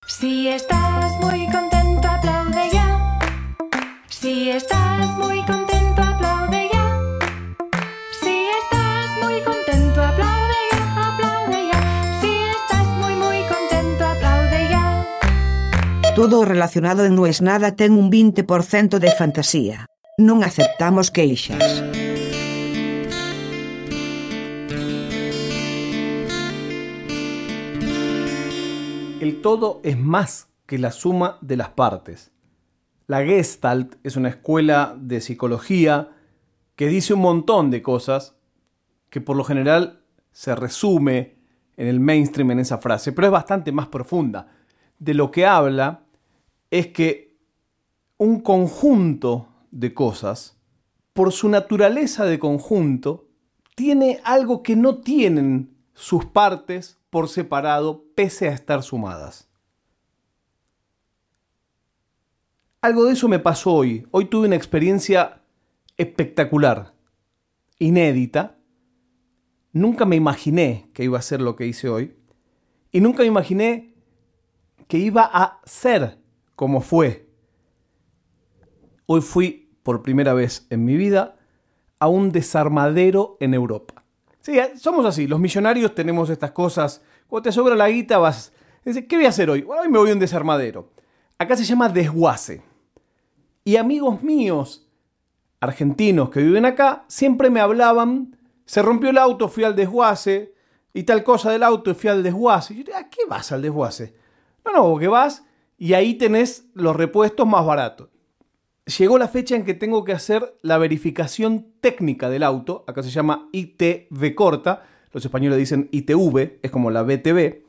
Si estás muy contento, aplaude ya. Si estás muy contento, aplaude ya. Si estás muy contento, aplaude ya, aplaude ya. Si estás muy contento, aplaude ya. Todo o relacionado en Non es nada ten un 20% de fantasía. Non aceptamos queixas. El todo es más que la suma de las partes. La Gestalt es una escuela de psicología que dice un montón de cosas que por lo general se resume en el mainstream en esa frase, pero es bastante más profunda. De lo que habla es que un conjunto de cosas, por su naturaleza de conjunto, tiene algo que no tienen sus partes por separado, pese a estar sumadas. Algo de eso me pasó hoy. Hoy tuve una experiencia espectacular, inédita. Nunca me imaginé que iba a ser lo que hice hoy. Y nunca me imaginé que iba a ser como fue. Hoy fui, por primera vez en mi vida, a un desarmadero en Europa. Sí, somos así, los millonarios tenemos estas cosas. Cuando te sobra la guita vas... Dices, ¿qué voy a hacer hoy? Bueno, hoy me voy a un desarmadero. Acá se llama desguace. Y amigos míos, argentinos que viven acá, siempre me hablaban, se rompió el auto, fui al desguace, y tal cosa del auto, y fui al desguace. Y yo digo, ¿a qué vas al desguace? No, que vas y ahí tenés los repuestos más baratos. Llegó la fecha en que tengo que hacer la verificación técnica del auto. Acá se llama ITV corta. Los españoles dicen ITV, es como la BTV.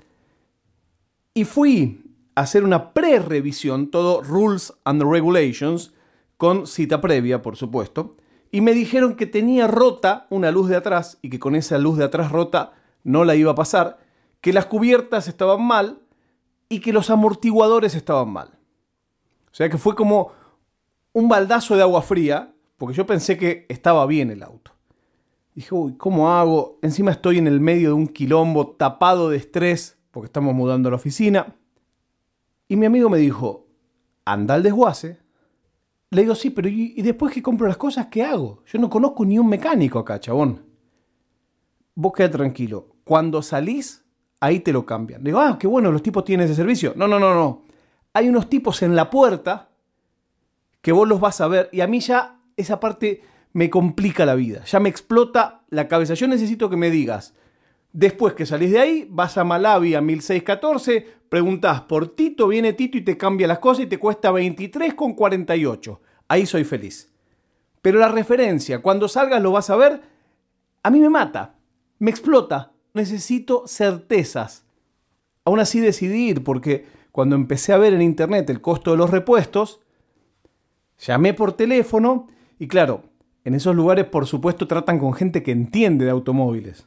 Y fui a hacer una pre-revisión, todo rules and regulations, con cita previa, por supuesto. Y me dijeron que tenía rota una luz de atrás y que con esa luz de atrás rota no la iba a pasar, que las cubiertas estaban mal y que los amortiguadores estaban mal. O sea que fue como un baldazo de agua fría, porque yo pensé que estaba bien el auto. Dije, uy, ¿cómo hago? Encima estoy en el medio de un quilombo tapado de estrés, porque estamos mudando a la oficina. Y mi amigo me dijo, anda al desguace. Le digo, sí, pero ¿y después que compro las cosas, qué hago? Yo no conozco ni un mecánico acá, chabón. Vos quedá tranquilo. Cuando salís, ahí te lo cambian. Le digo, qué bueno, los tipos tienen ese servicio. No. Hay unos tipos en la puerta que vos los vas a ver, y a mí ya esa parte me complica la vida, ya me explota la cabeza. Yo necesito que me digas, después que salís de ahí, vas a Malawi a 1614, preguntás por Tito, viene Tito y te cambia las cosas y te cuesta 23,48. Ahí soy feliz. Pero la referencia, cuando salgas lo vas a ver, a mí me mata, me explota, necesito certezas. Aún así decidí ir, porque cuando empecé a ver en internet el costo de los repuestos, llamé por teléfono y claro, en esos lugares por supuesto tratan con gente que entiende de automóviles.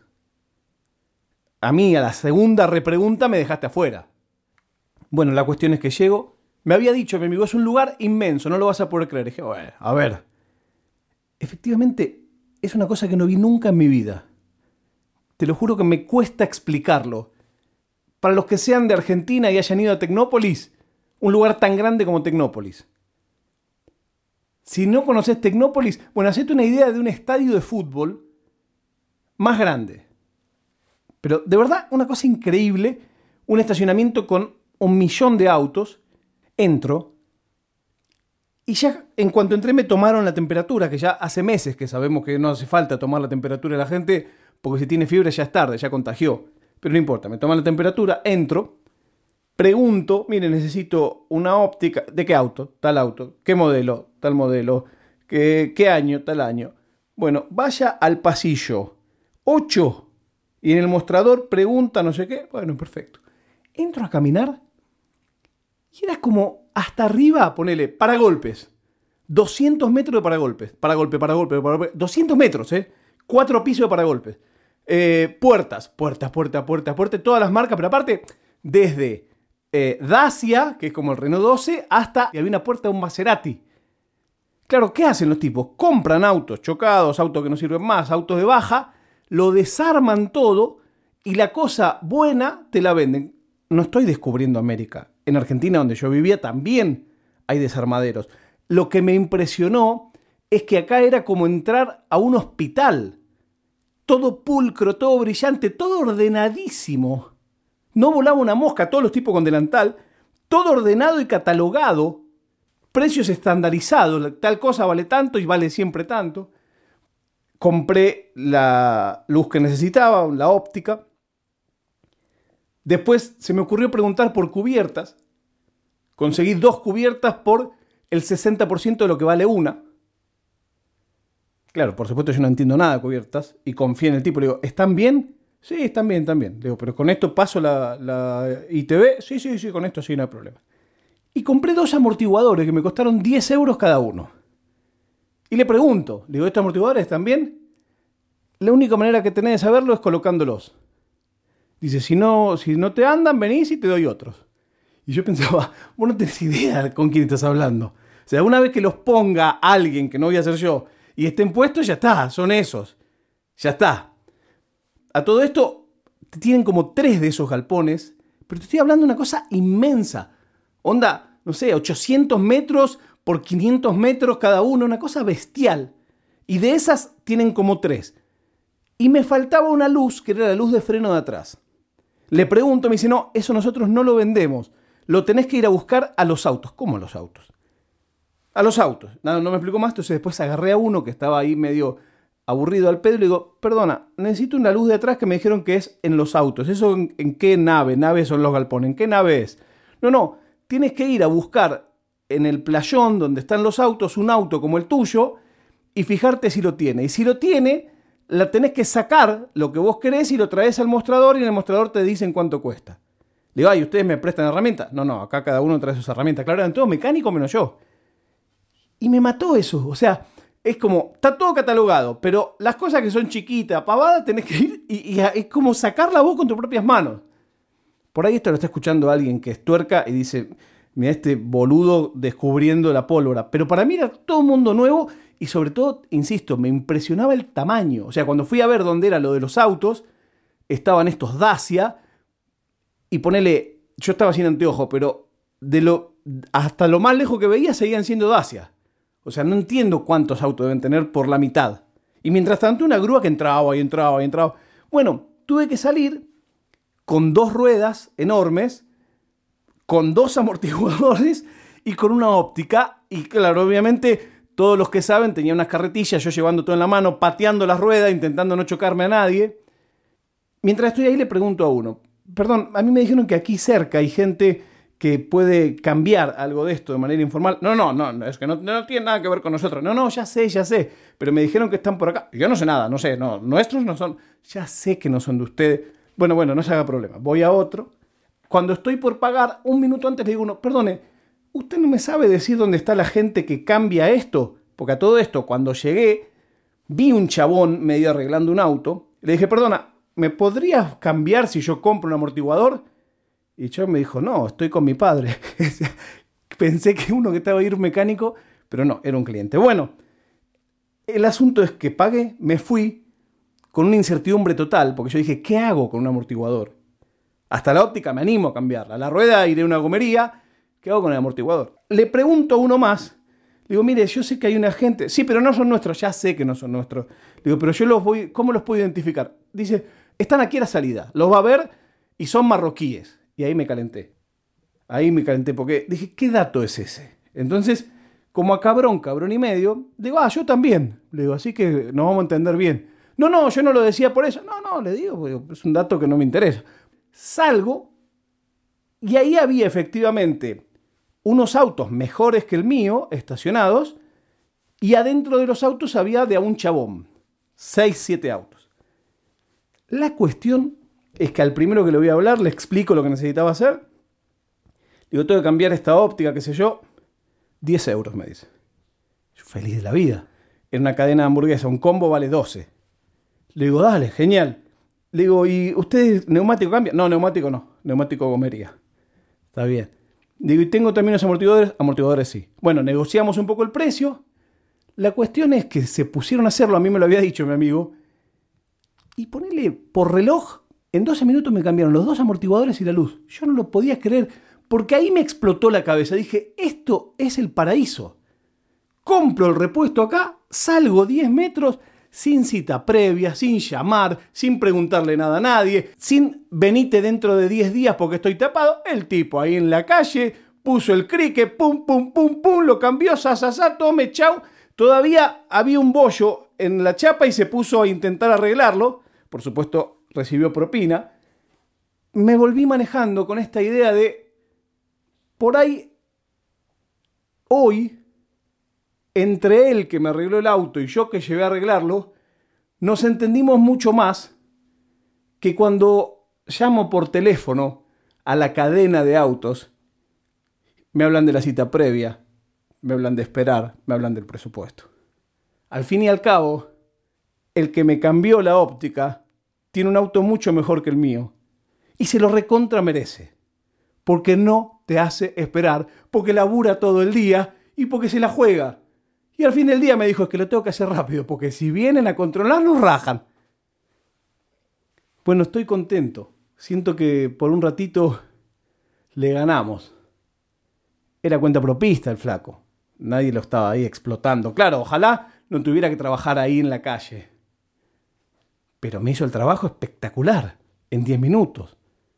A mí a la segunda repregunta me dejaste afuera. Bueno, la cuestión es que llego, me había dicho mi amigo, es un lugar inmenso, no lo vas a poder creer. Dije, bueno, a ver, efectivamente es una cosa que no vi nunca en mi vida. Te lo juro que me cuesta explicarlo. Para los que sean de Argentina y hayan ido a Tecnópolis, un lugar tan grande como Tecnópolis. Si no conoces Tecnópolis, bueno, hacete una idea de un estadio de fútbol más grande. Pero de verdad, una cosa increíble, un estacionamiento con 1 millón de autos. Entro y ya en cuanto entré me tomaron la temperatura, que ya hace meses que sabemos que no hace falta tomar la temperatura de la gente, porque si tiene fiebre ya es tarde, ya contagió. Pero no importa, me toman la temperatura, entro. Pregunto, mire, necesito una óptica. ¿De qué auto? Tal auto. ¿Qué modelo? Tal modelo. ¿Qué año? Tal año. Bueno, vaya al pasillo 8 y en el mostrador pregunta no sé qué. Bueno, perfecto. Entro a caminar y era como hasta arriba, ponele, paragolpes. 200 metros de paragolpes. Paragolpe. 200 metros, 4 pisos de paragolpes. Puertas, todas las marcas, pero aparte, desde Dacia, que es como el Renault 12, hasta y había una puerta de un Maserati. Claro, ¿qué hacen los tipos? Compran autos chocados, autos que no sirven más, autos de baja, lo desarman todo y la cosa buena te la venden. No estoy descubriendo América. En Argentina, donde yo vivía, también hay desarmaderos. Lo que me impresionó es que acá era como entrar a un hospital. Todo pulcro, todo brillante, todo ordenadísimo. No volaba una mosca, todos los tipos con delantal, todo ordenado y catalogado. Precios estandarizados, tal cosa vale tanto y vale siempre tanto. Compré la luz que necesitaba, la óptica. Después se me ocurrió preguntar por cubiertas. Conseguí 2 cubiertas por el 60% de lo que vale una. Claro, por supuesto yo no entiendo nada de cubiertas y confié en el tipo. Le digo, ¿están bien? Sí, están bien, están bien. Le digo, pero con esto paso la ITV. Sí, con esto sí, no hay problema. Y compré 2 amortiguadores que me costaron 10 euros cada uno. Y le pregunto, le digo, ¿estos amortiguadores están bien? La única manera que tenés de saberlo es colocándolos. Dice, si no te andan, venís y te doy otros. Y yo pensaba, vos no tenés idea con quién estás hablando. O sea, una vez que los ponga alguien, que no voy a ser yo, y estén puestos, ya está, son esos. Ya está. A todo esto, tienen como 3 de esos galpones, pero te estoy hablando de una cosa inmensa. Onda, no sé, 800 metros por 500 metros cada uno, una cosa bestial. Y de esas tienen como 3. Y me faltaba una luz, que era la luz de freno de atrás. Le pregunto, me dice, no, eso nosotros no lo vendemos. Lo tenés que ir a buscar a los autos. ¿Cómo a los autos? A los autos. No me explicó más, entonces después agarré a uno que estaba ahí medio aburrido al pedo y le digo, perdona, necesito una luz de atrás que me dijeron que es en los autos. ¿Eso en qué nave? Naves son los galpones. ¿En qué nave es? No, tienes que ir a buscar en el playón donde están los autos un auto como el tuyo y fijarte si lo tiene. Y si lo tiene, la tenés que sacar lo que vos querés y lo traes al mostrador y en el mostrador te dicen cuánto cuesta. Le digo, ay, ¿ustedes me prestan herramientas? No, acá cada uno trae sus herramientas. Claro, eran todos mecánicos menos yo. Y me mató eso. O sea, es como, está todo catalogado, pero las cosas que son chiquitas, pavadas, tenés que ir y es como sacarla vos con tus propias manos. Por ahí esto lo está escuchando alguien que es tuerca y dice, mira este boludo descubriendo la pólvora. Pero para mí era todo un mundo nuevo y sobre todo, insisto, me impresionaba el tamaño. O sea, cuando fui a ver dónde era lo de los autos, estaban estos Dacia y ponele, yo estaba sin anteojo, pero hasta lo más lejos que veía seguían siendo Dacia. O sea, no entiendo cuántos autos deben tener por la mitad. Y mientras tanto una grúa que entraba y entraba y entraba. Bueno, tuve que salir con 2 ruedas enormes, con 2 amortiguadores y con una óptica. Y claro, obviamente todos los que saben tenían unas carretillas, yo llevando todo en la mano, pateando las ruedas, intentando no chocarme a nadie. Mientras estoy ahí le pregunto a uno, perdón, a mí me dijeron que aquí cerca hay gente que puede cambiar algo de esto de manera informal. No, es que no tiene nada que ver con nosotros. No, ya sé, pero me dijeron que están por acá. Yo no sé nada, no, nuestros no son, ya sé que no son de ustedes. Bueno, no se haga problema, voy a otro. Cuando estoy por pagar, un minuto antes le digo uno, perdone, ¿usted no me sabe decir dónde está la gente que cambia esto? Porque a todo esto, cuando llegué, vi un chabón medio arreglando un auto. Le dije, perdona, ¿me podrías cambiar si yo compro un amortiguador? Y yo me dijo, no, estoy con mi padre. Pensé que uno que estaba ahí era un mecánico, pero no, era un cliente. Bueno, el asunto es que pagué, me fui con una incertidumbre total, porque yo dije, ¿qué hago con un amortiguador? Hasta la óptica me animo a cambiarla. La rueda iré a una gomería, ¿qué hago con el amortiguador? Le pregunto a uno más, le digo, mire, yo sé que hay una gente, sí, pero no son nuestros, ya sé que no son nuestros. Le digo, pero ¿cómo los puedo identificar? Dice, están aquí a la salida, los va a ver y son marroquíes. Y ahí me calenté porque dije, ¿qué dato es ese? Entonces, como a cabrón y medio, digo, yo también. Le digo, así que nos vamos a entender bien. No, yo no lo decía por eso. No, le digo, es un dato que no me interesa. Salgo y ahí había efectivamente unos autos mejores que el mío, estacionados, y adentro de los autos había de a un chabón. 6, 7 autos. La cuestión es que al primero que le voy a hablar le explico lo que necesitaba hacer. Digo, tengo que cambiar esta óptica, qué sé yo. 10 euros, me dice. Yo feliz de la vida. En una cadena de hamburguesa, un combo vale 12. Le digo, dale, genial. Le digo, ¿y ustedes neumático cambian? No, neumático no. Neumático gomería. Está bien. Digo, ¿y tengo también los amortiguadores? Amortiguadores sí. Bueno, negociamos un poco el precio. La cuestión es que se pusieron a hacerlo, a mí me lo había dicho mi amigo. Y ponele por reloj, en 12 minutos me cambiaron los 2 amortiguadores y la luz. Yo no lo podía creer. Porque ahí me explotó la cabeza. Dije, esto es el paraíso. Compro el repuesto acá, salgo 10 metros sin cita previa, sin llamar, sin preguntarle nada a nadie, sin venite dentro de 10 días porque estoy tapado. El tipo ahí en la calle puso el crique, pum, pum, pum, pum, lo cambió, tome, chau. Todavía había un bollo en la chapa y se puso a intentar arreglarlo. Por supuesto, recibió propina. Me volví manejando con esta idea de, por ahí, hoy, entre él que me arregló el auto y yo que llevé a arreglarlo, nos entendimos mucho más que cuando llamo por teléfono a la cadena de autos. Me hablan de la cita previa, me hablan de esperar, me hablan del presupuesto. Al fin y al cabo, el que me cambió la óptica tiene un auto mucho mejor que el mío y se lo recontra merece, porque no te hace esperar, porque labura todo el día y porque se la juega. Y al fin del día me dijo, es que lo tengo que hacer rápido, porque si vienen a controlarnos, rajan. Bueno, estoy contento. Siento que por un ratito le ganamos. Era cuenta propista el flaco. Nadie lo estaba ahí explotando. Claro, ojalá no tuviera que trabajar ahí en la calle. Pero me hizo el trabajo espectacular, en 10 minutos.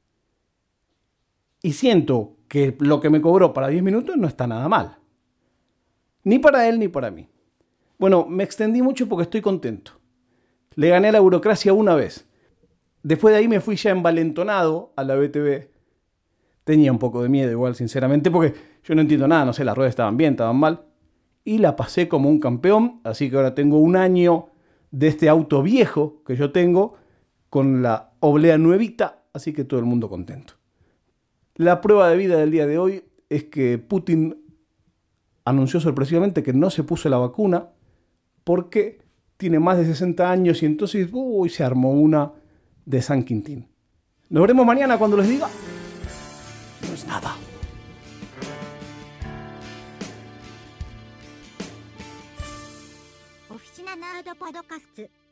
Y siento que lo que me cobró para 10 minutos no está nada mal. Ni para él ni para mí. Bueno, me extendí mucho porque estoy contento. Le gané a la burocracia una vez. Después de ahí me fui ya envalentonado a la BTV. Tenía un poco de miedo igual, sinceramente, porque yo no entiendo nada. No sé, las ruedas estaban bien, estaban mal. Y la pasé como un campeón. Así que ahora tengo un año de este auto viejo que yo tengo con la oblea nuevita. Así que todo el mundo contento. La prueba de vida del día de hoy es que Putin anunció sorpresivamente que no se puso la vacuna porque tiene más de 60 años y entonces se armó una de San Quintín. Nos veremos mañana cuando les diga. No es nada. オフィシナナードポドカスツ